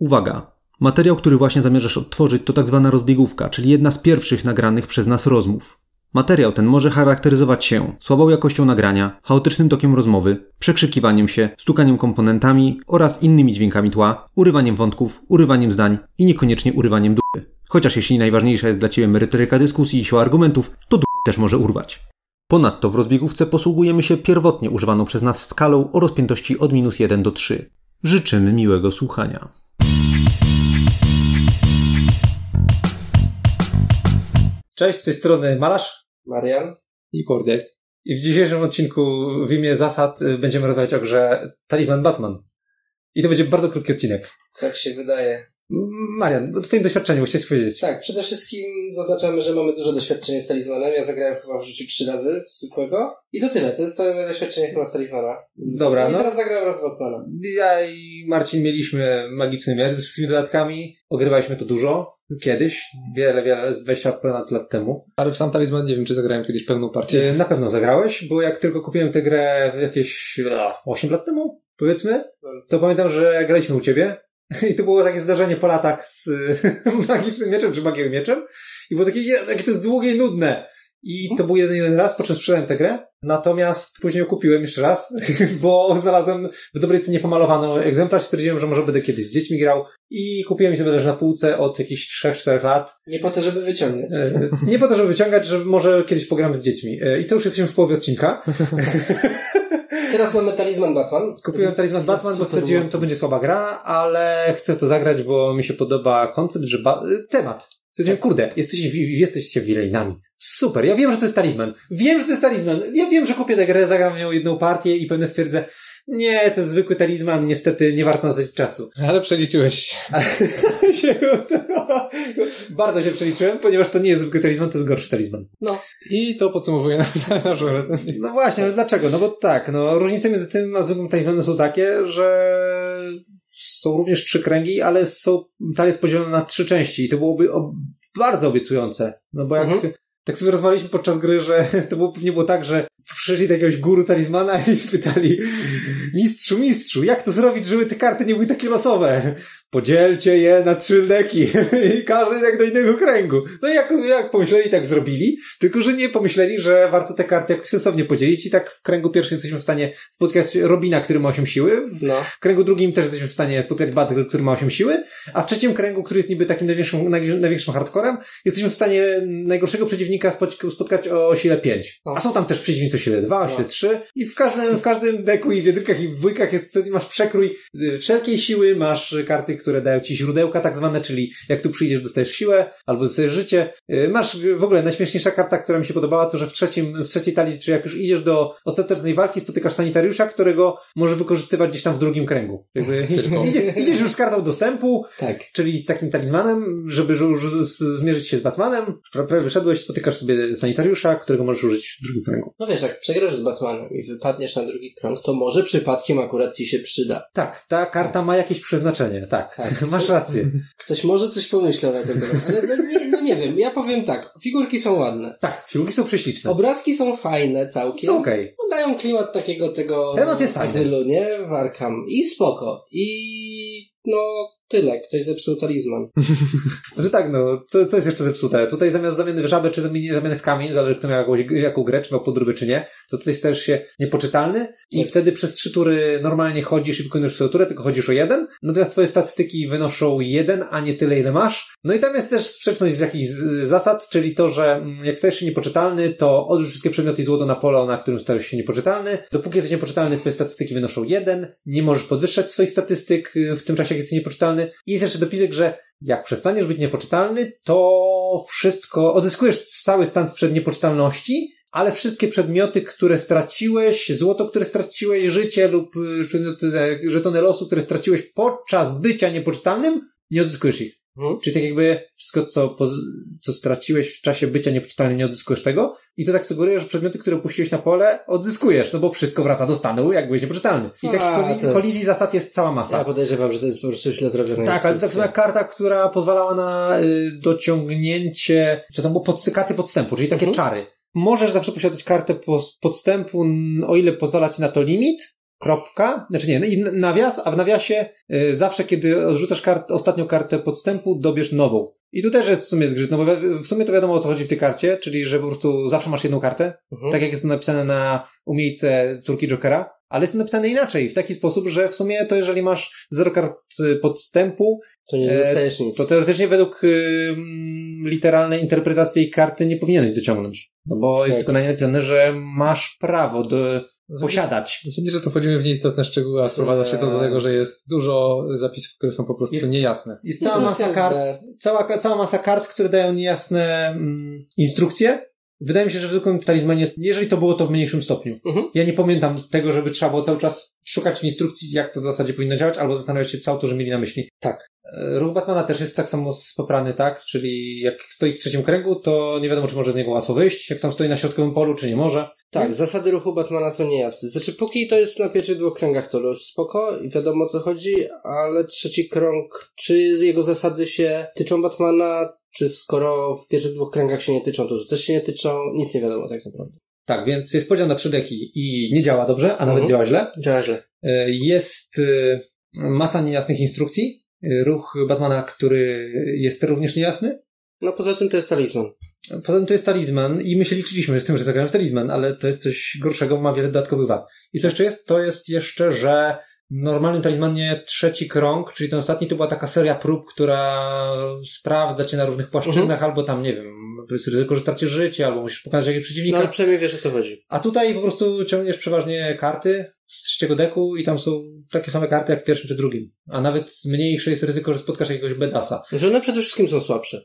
Uwaga! Materiał, który właśnie zamierzasz odtworzyć, to tak zwana rozbiegówka, czyli jedna z pierwszych nagranych przez nas rozmów. Materiał ten może charakteryzować się słabą jakością nagrania, chaotycznym tokiem rozmowy, przekrzykiwaniem się, stukaniem komponentami oraz innymi dźwiękami tła, urywaniem wątków, urywaniem zdań i niekoniecznie urywaniem dupy. Chociaż jeśli najważniejsza jest dla Ciebie merytoryka dyskusji i siła argumentów, to dupy też może urwać. Ponadto w rozbiegówce posługujemy się pierwotnie używaną przez nas skalą o rozpiętości od -1 do 3. Życzymy miłego słuchania. Cześć, z tej strony Malarz, Marian i Kordes. I w dzisiejszym odcinku w imię zasad będziemy rozmawiać o grze Talisman Batman. I to będzie bardzo krótki odcinek. Tak się wydaje. Marian, o twoim doświadczeniu chciałeś powiedzieć. Tak, przede wszystkim zaznaczamy, że mamy duże doświadczenie z Talizmanem. Ja zagrałem chyba w życiu 3 razy w zwykłego. I to tyle, to jest całe moje doświadczenie chyba z Talizmana. Dobra, I teraz zagrałem raz z Batmanem. Ja i Marcin mieliśmy magiczny miecz ze wszystkimi dodatkami. Ogrywaliśmy to dużo. Kiedyś. Wiele, z 20 ponad lat temu. Ale w sam Talizman nie wiem, czy zagrałem kiedyś pełną partię. Na pewno zagrałeś, bo jak tylko kupiłem tę grę jakieś 8 lat temu, powiedzmy, to pamiętam, że graliśmy u ciebie. I to było takie zdarzenie po latach z magicznym mieczem, czy magicznym mieczem. I było takie, jakie to jest długie i nudne. I to był jeden raz, po czym sprzedałem tę grę. Natomiast później ją kupiłem jeszcze raz, bo znalazłem w dobrej cenie pomalowany egzemplarz. Stwierdziłem, że może będę kiedyś z dziećmi grał. I kupiłem się leży na półce od jakichś 3-4 lat. Nie po to, żeby wyciągać. Nie po to, żeby wyciągać, że może kiedyś pogram z dziećmi. I to już jesteśmy w połowie odcinka. Teraz mamy Talizman Batman. Kupiłem Talizman Batman, bo stwierdziłem, to będzie słaba gra, ale chcę to zagrać, bo mi się podoba koncept, że temat. Stwierdziłem, kurde, jesteście Villainami. Super, ja wiem, że to jest Talizman. Ja wiem, że kupię tę grę, zagram w nią jedną partię i pewnie stwierdzę, nie, to jest zwykły Talizman, niestety nie warto na to czasu. Ale przeliczyłeś. Bardzo się przeliczyłem, ponieważ to nie jest zwykły Talizman, to jest gorszy Talizman. No. I to podsumowuje naszą recenzję. No właśnie, ale dlaczego? No bo tak, różnice między tym a zwykłym Talizmanem są takie, że są również 3 kręgi, ale talia jest podzielona na 3 części i to byłoby bardzo obiecujące. No bo jak tak sobie rozmawialiśmy podczas gry, że to pewnie było tak, że przyszli do jakiegoś guru Talizmana i spytali mistrzu, jak to zrobić, żeby te karty nie były takie losowe? Podzielcie je na 3 deki i każdy jak do innego kręgu. No i jak pomyśleli, tak zrobili, tylko że nie pomyśleli, że warto te karty jakoś sensownie podzielić i tak w kręgu pierwszym jesteśmy w stanie spotkać Robina, który ma 8 siły, w kręgu drugim też jesteśmy w stanie spotkać Batgirl, który ma 8 siły, a w trzecim kręgu, który jest niby takim największym hardcorem, jesteśmy w stanie najgorszego przeciwnika spotkać o sile 5. A są tam też przeciwnicy o sile 2, o sile 3 i w każdym deku i w jedynkach i w dwójkach masz przekrój wszelkiej siły, masz karty, które dają ci źródełka tak zwane, czyli jak tu przyjdziesz, dostajesz siłę, albo dostajesz życie. Masz w ogóle najśmieszniejsza karta, która mi się podobała, to że w trzeciej talii, czy jak już idziesz do ostatecznej walki, spotykasz sanitariusza, którego możesz wykorzystywać gdzieś tam w drugim kręgu. Idziesz już z kartą dostępu, tak. Czyli z takim talizmanem, żeby zmierzyć się z Batmanem. Prawie wyszedłeś, spotykasz sobie sanitariusza, którego możesz użyć w drugim kręgu. No wiesz, jak przegrasz z Batmanem i wypadniesz na drugi krąg, to może przypadkiem akurat ci się przyda. Tak, ta karta ma jakieś przeznaczenie, tak. Masz rację. Ktoś może coś pomyślał na ten temat, ale nie wiem. Ja powiem tak, figurki są ładne. Tak, figurki są prześliczne. Obrazki są fajne całkiem. Są okej. Dają klimat tego temat jest azylu, nie? W Arkham. I spoko. I tyle. Ktoś zepsuł talizman. Że tak, co jest jeszcze zepsute? Tutaj zamiast zamiany w żabę, czy zamiany w kamień, zależy kto miał jaką grę, czy miał podróby, czy nie, to tutaj stajesz się niepoczytalny i wtedy przez 3 tury normalnie chodzisz i wykonujesz swoją turę, tylko chodzisz o 1, natomiast twoje statystyki wynoszą 1, a nie tyle, ile masz. No i tam jest też sprzeczność z jakichś zasad, czyli to, że jak stajesz się niepoczytalny, to odrzuć wszystkie przedmioty i złoto na pole, na którym stajesz się niepoczytalny. Dopóki jesteś niepoczytalny, twoje statystyki wynoszą 1, nie możesz podwyższać swoich statystyk w tym czasie, jak jesteś niepoczytalny. I jest jeszcze dopisek, że jak przestaniesz być niepoczytalny, to wszystko, odzyskujesz cały stan sprzed niepoczytalności, ale wszystkie przedmioty, które straciłeś, złoto, które straciłeś, życie lub żetony losu, które straciłeś podczas bycia niepoczytalnym, nie odzyskujesz ich. Czyli tak jakby wszystko, co straciłeś w czasie bycia niepoczytalnym, nie odzyskujesz tego. I to tak sugeruje, że przedmioty, które puściłeś na pole, odzyskujesz, bo wszystko wraca do stanu, jak byłeś niepoczytalny. I takich kolizji zasad jest cała masa. Ja podejrzewam, że to jest po prostu źle zrobione. Tak, ale tak samo jak karta, która pozwalała na dociągnięcie, co tam było, karty podstępu, czyli takie czary. Możesz zawsze posiadać kartę podstępu, o ile pozwala ci na to limit, kropka, znaczy nie, nawias, a w nawiasie zawsze, kiedy odrzucasz ostatnią kartę podstępu, dobierz nową. I tu też jest w sumie zgrzyt, no bo w sumie to wiadomo, o co chodzi w tej karcie, czyli że po prostu zawsze masz jedną kartę, tak jak jest to napisane na umiejce córki Jokera, ale jest to napisane inaczej, w taki sposób, że w sumie to jeżeli masz 0 kart podstępu, to nie dostajesz nic. To teoretycznie według literalnej interpretacji tej karty nie powinieneś dociągnąć. No bo tak. jest tylko na nie napisane, że masz prawo posiadać. Sądzę, że to wchodzimy w nieistotne szczegóły, a sprowadza się to do tego, że jest dużo zapisów, które są po prostu niejasne. Jest cała masa kart, cała masa kart, które dają niejasne instrukcje. Wydaje mi się, że w zwykłym talizmanie, jeżeli to było, to w mniejszym stopniu. Ja nie pamiętam tego, żeby trzeba było cały czas szukać w instrukcji, jak to w zasadzie powinno działać, albo zastanawiać się, co autorzy mieli na myśli. Tak. Ruch Batmana też jest tak samo spoprany, tak? Czyli jak stoi w trzecim kręgu, to nie wiadomo, czy może z niego łatwo wyjść, jak tam stoi na środkowym polu, czy nie może. Tak, Więc... zasady ruchu Batmana są niejasne. Znaczy, póki to jest na pierwszych 2 kręgach, to spoko i wiadomo, o co chodzi, ale trzeci krąg, czy jego zasady się tyczą Batmana, czy skoro w pierwszych 2 kręgach się nie tyczą, to też się nie tyczą, nic nie wiadomo tak naprawdę. Tak, więc jest podział na 3 deki i nie działa dobrze, a nawet działa źle. Działa źle. Jest masa niejasnych instrukcji. Ruch Batmana, który jest również niejasny. No poza tym to jest talizman. Potem to jest talizman i my się liczyliśmy z tym, że zagramy w talizman, ale to jest coś gorszego, ma wiele dodatkowych wad. I co jeszcze jest? To jest jeszcze, że w normalnym talizmanie trzeci krąg, czyli ten ostatni, to była taka seria prób, która sprawdza cię na różnych płaszczyznach, albo tam, nie wiem, jest ryzyko, że stracisz życie, albo musisz pokazać jakiegoś przeciwnika. No ale przynajmniej wiesz, o co chodzi. A tutaj po prostu ciągniesz przeważnie karty z trzeciego deku i tam są takie same karty jak w pierwszym czy drugim. A nawet mniejsze jest ryzyko, że spotkasz jakiegoś bedasa. Że one przede wszystkim są słabsze.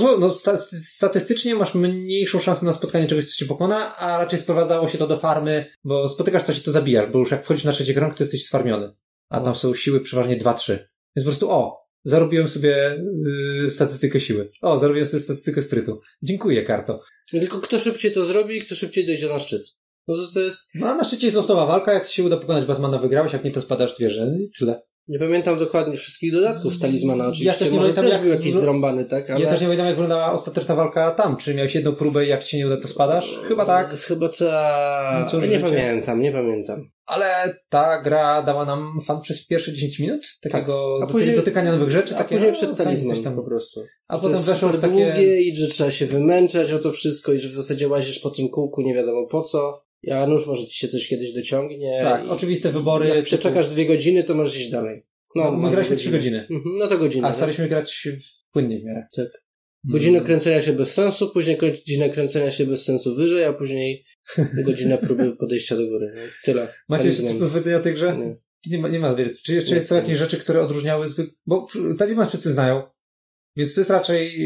Statystycznie masz mniejszą szansę na spotkanie czegoś, co cię pokona, a raczej sprowadzało się to do farmy, bo spotykasz coś i to zabijasz, bo już jak wchodzisz na trzeci krąg, to jesteś sfarmiony. A tam są siły przeważnie 2-3. Więc po prostu zarobiłem sobie statystykę siły. Zarobiłem sobie statystykę sprytu. Dziękuję, karto. Tylko kto szybciej to zrobi, kto szybciej dojdzie na szczyt. No to jest... No a na szczycie jest losowa walka, jak ci się uda pokonać Batmana, wygrałeś, jak nie, to spadasz zwierzę i tyle. Nie pamiętam dokładnie wszystkich dodatków z talizmana, oczywiście. Ja też nie może pamiętam, też był jakiś zrąbany, tak? Ale... Ja też nie pamiętam, jak wyglądała ostateczna walka tam. Czy miałeś jedną próbę i jak ci się nie uda, to spadasz? Chyba tak. Chyba tak. No nie pamiętam. Ale ta gra dała nam fan przez pierwsze 10 minut. Takiego tak. Później, dotykania nowych rzeczy. A później przed talizman tam po prostu. A potem weszło w takie... długie i że trzeba się wymęczać o to wszystko i że w zasadzie łazisz po tym kółku nie wiadomo po co. Ja nóż może ci się coś kiedyś dociągnie. Tak, oczywiste wybory. Jak przeczekasz 2 godziny, to możesz iść dalej. No my graliśmy 3 godziny. No to godzinę. A staraliśmy grać płynnie w miarę. Tak. Godzinę kręcenia się bez sensu, później godzinę kręcenia się bez sensu wyżej, a później godzina próby podejścia do góry. No, tyle. Macie jeszcze coś do powiedzenia o tej grze? Nie ma wiedzy. Czy jeszcze są jakieś rzeczy, które odróżniały bo talizman wszyscy znają, więc to jest raczej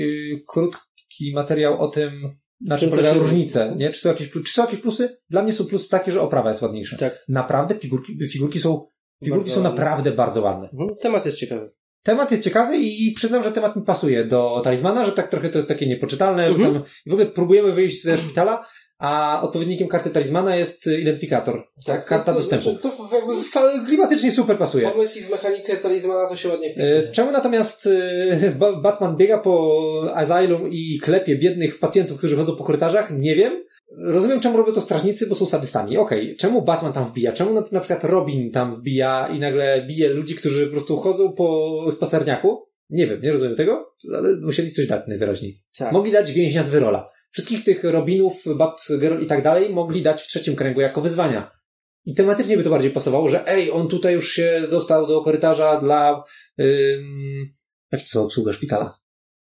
krótki materiał o tym, na czym polegają różnice, nie? Czy są jakieś plusy? Dla mnie są plusy takie, że oprawa jest ładniejsza. Tak. Naprawdę figurki są naprawdę bardzo ładne. Temat jest ciekawy. Temat jest ciekawy i przyznam, że temat mi pasuje do talizmana, że tak trochę to jest takie niepoczytalne, że tam i w ogóle próbujemy wyjść ze szpitala, a odpowiednikiem karty talizmana jest identyfikator. Tak, karta dostępu. To jakby klimatycznie super pasuje. Pomysł i w mechanikę talizmana to się ładnie wpisuje. Czemu natomiast Batman biega po asylum i klepie biednych pacjentów, którzy chodzą po korytarzach? Nie wiem. Rozumiem, czemu robią to strażnicy, bo są sadystami. Okej. Czemu Batman tam wbija? Czemu na przykład Robin tam wbija i nagle bije ludzi, którzy po prostu chodzą po spacerniaku? Nie wiem, nie rozumiem tego, ale musieli coś dać najwyraźniej. Tak. Mogli dać więźnia z Wyrola. Wszystkich tych Robinów, Batgirl i tak dalej mogli dać w trzecim kręgu jako wyzwania. I tematycznie by to bardziej pasowało, że on tutaj już się dostał do korytarza dla jak to obsługa szpitala?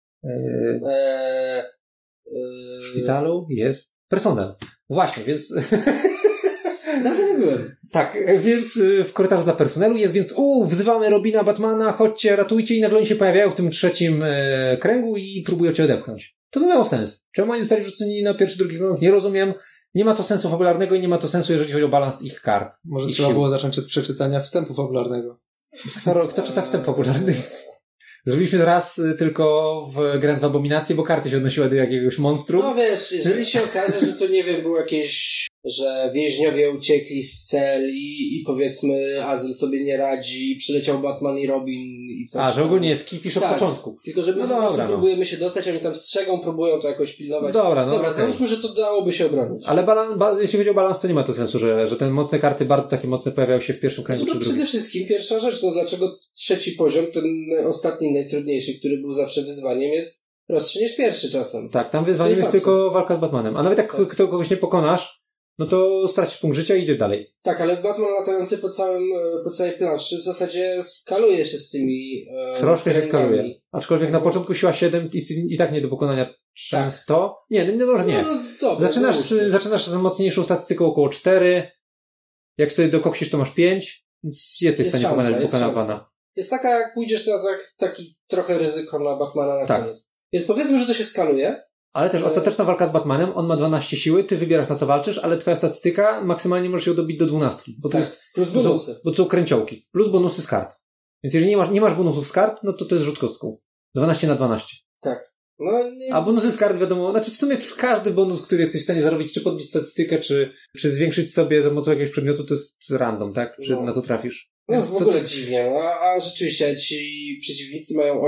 W szpitalu jest personel. Właśnie, więc... Dawno nie byłem. Tak, więc w korytarzu dla personelu jest, więc wzywamy Robina, Batmana, chodźcie, ratujcie i nagle oni się pojawiają w tym trzecim kręgu i próbują cię odepchnąć. To by miało sens. Czemu oni zostali wrzuceni na pierwszy, drugi krąg? Nie rozumiem. Nie ma to sensu fabularnego i nie ma to sensu, jeżeli chodzi o balans ich kart. Może trzeba było zacząć od przeczytania wstępu fabularnego. Kto czyta wstęp fabularny? Zrobiliśmy raz tylko grając w Abominację, bo karty się odnosiły do jakiegoś monstrum. No wiesz, jeżeli się okaże, że to nie wiem, był jakiś że więźniowie uciekli z cel i powiedzmy Azyl sobie nie radzi, przyleciał Batman i Robin i coś. A, że ogólnie jest kipisz od początku. Tylko, że my próbujemy się dostać, oni tam strzegą, próbują to jakoś pilnować. Dobra, załóżmy, że to dałoby się obronić. Ale jeśli chodzi o balans, to nie ma to sensu, że te mocne karty bardzo takie mocne pojawiają się w pierwszym kręgu czy drugim. Przede wszystkim pierwsza rzecz, dlaczego trzeci poziom, ten ostatni, najtrudniejszy, który był zawsze wyzwaniem, jest prostszy niż pierwszy czasem. Tak, tam wyzwaniem jest tylko walka z Batmanem. A nawet jak kogoś nie pokonasz, no to stracisz punkt życia i idziesz dalej. Tak, ale Batman latający po całej planszy w zasadzie skaluje się z tymi troszkę się skaluje. Aczkolwiek na początku siła 7 i tak nie do pokonania często. Tak. Nie, może nie. No, dobra, zaczynasz z mocniejszą statystyką około 4. Jak sobie dokoksisz, to masz 5. Więc jesteś w stanie pokonać Batmana. Jest taka, jak pójdziesz, to taki trochę ryzyko na Batmana na koniec. Więc powiedzmy, że to się skaluje. Ale też ostateczna walka z Batmanem, on ma 12 siły, ty wybierasz na co walczysz, ale twoja statystyka maksymalnie możesz ją dobić do 12. Bo to jest plus bonusy. Bo to są kręciołki. Plus bonusy z kart. Więc jeżeli nie masz bonusów z kart, no to jest rzut kostką. 12 na 12. Tak. A bonusy z kart wiadomo, znaczy w sumie każdy bonus, który jesteś w stanie zarobić, czy podbić statystykę, czy zwiększyć sobie za pomocą jakiegoś przedmiotu, to jest random, tak? Czy na to trafisz? No w ogóle dziwnie, a rzeczywiście ci przeciwnicy mają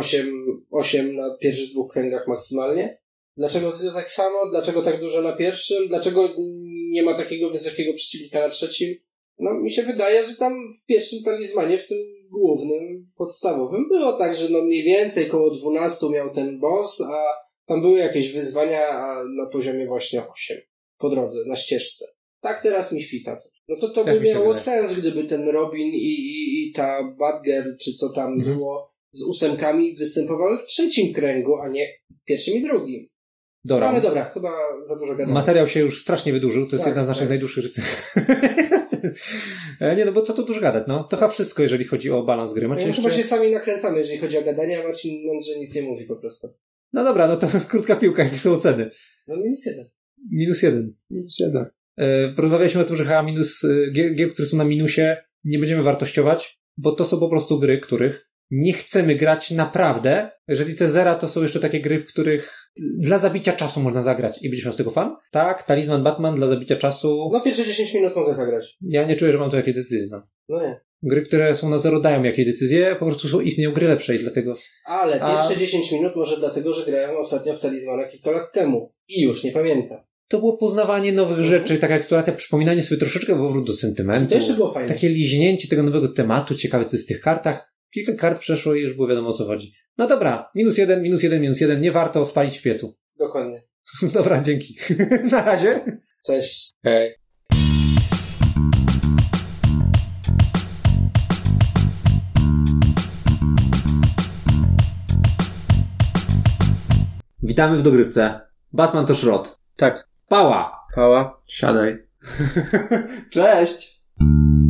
8 na pierwszych 2 kręgach maksymalnie. Dlaczego to tak samo? Dlaczego tak dużo na pierwszym? Dlaczego nie ma takiego wysokiego przeciwnika na trzecim? No mi się wydaje, że tam w pierwszym talizmanie, w tym głównym, podstawowym, było tak, że mniej więcej koło 12 miał ten boss, a tam były jakieś wyzwania na poziomie właśnie 8 po drodze, na ścieżce. Tak teraz mi świta coś. No to by miało sens, gdyby ten Robin i ta Batgirl, czy co tam było, z 8 występowały w trzecim kręgu, a nie w pierwszym i drugim. Dobra. Ale dobra, chyba za dużo gadamy. Materiał się już strasznie wydłużył, to jest jedna z naszych najdłuższych recenzji. Nie, no bo co tu dużo gadać, no. To chyba wszystko, jeżeli chodzi o balans gry. Chyba się sami nakręcamy, jeżeli chodzi o gadanie, a Marcin mądrze nic nie mówi po prostu. No dobra, no to krótka piłka, jakie są oceny? No -1. -1. Porozmawialiśmy o tym, że gier, które są na minusie, nie będziemy wartościować, bo to są po prostu gry, których nie chcemy grać naprawdę. Jeżeli te zera to są jeszcze takie gry, w których dla zabicia czasu można zagrać i będziesz miał z tego fan? Tak, Talizman Batman dla zabicia czasu. No pierwsze 10 minut mogę zagrać. Ja nie czuję, że mam tu jakieś decyzje. No nie. Gry, które są na zero dają jakieś decyzje, po prostu istnieją gry lepsze i dlatego... Ale pierwsze 10 minut może dlatego, że grałem ostatnio w Talizmana kilka lat temu i już nie pamiętam. To było poznawanie nowych rzeczy, taka eksploracja, przypominanie sobie troszeczkę powrót do sentymentu. I to jeszcze było fajne. Takie liźnięcie tego nowego tematu, ciekawe co jest w tych kartach. Kilka kart przeszło i już było wiadomo o co chodzi. No dobra, -1, nie warto spalić w piecu. Dokładnie. Dobra, dzięki. Na razie. Cześć. Hej. Witamy w dogrywce. Batman to szrot. Tak. Pała. Pała. Siadaj. Cześć.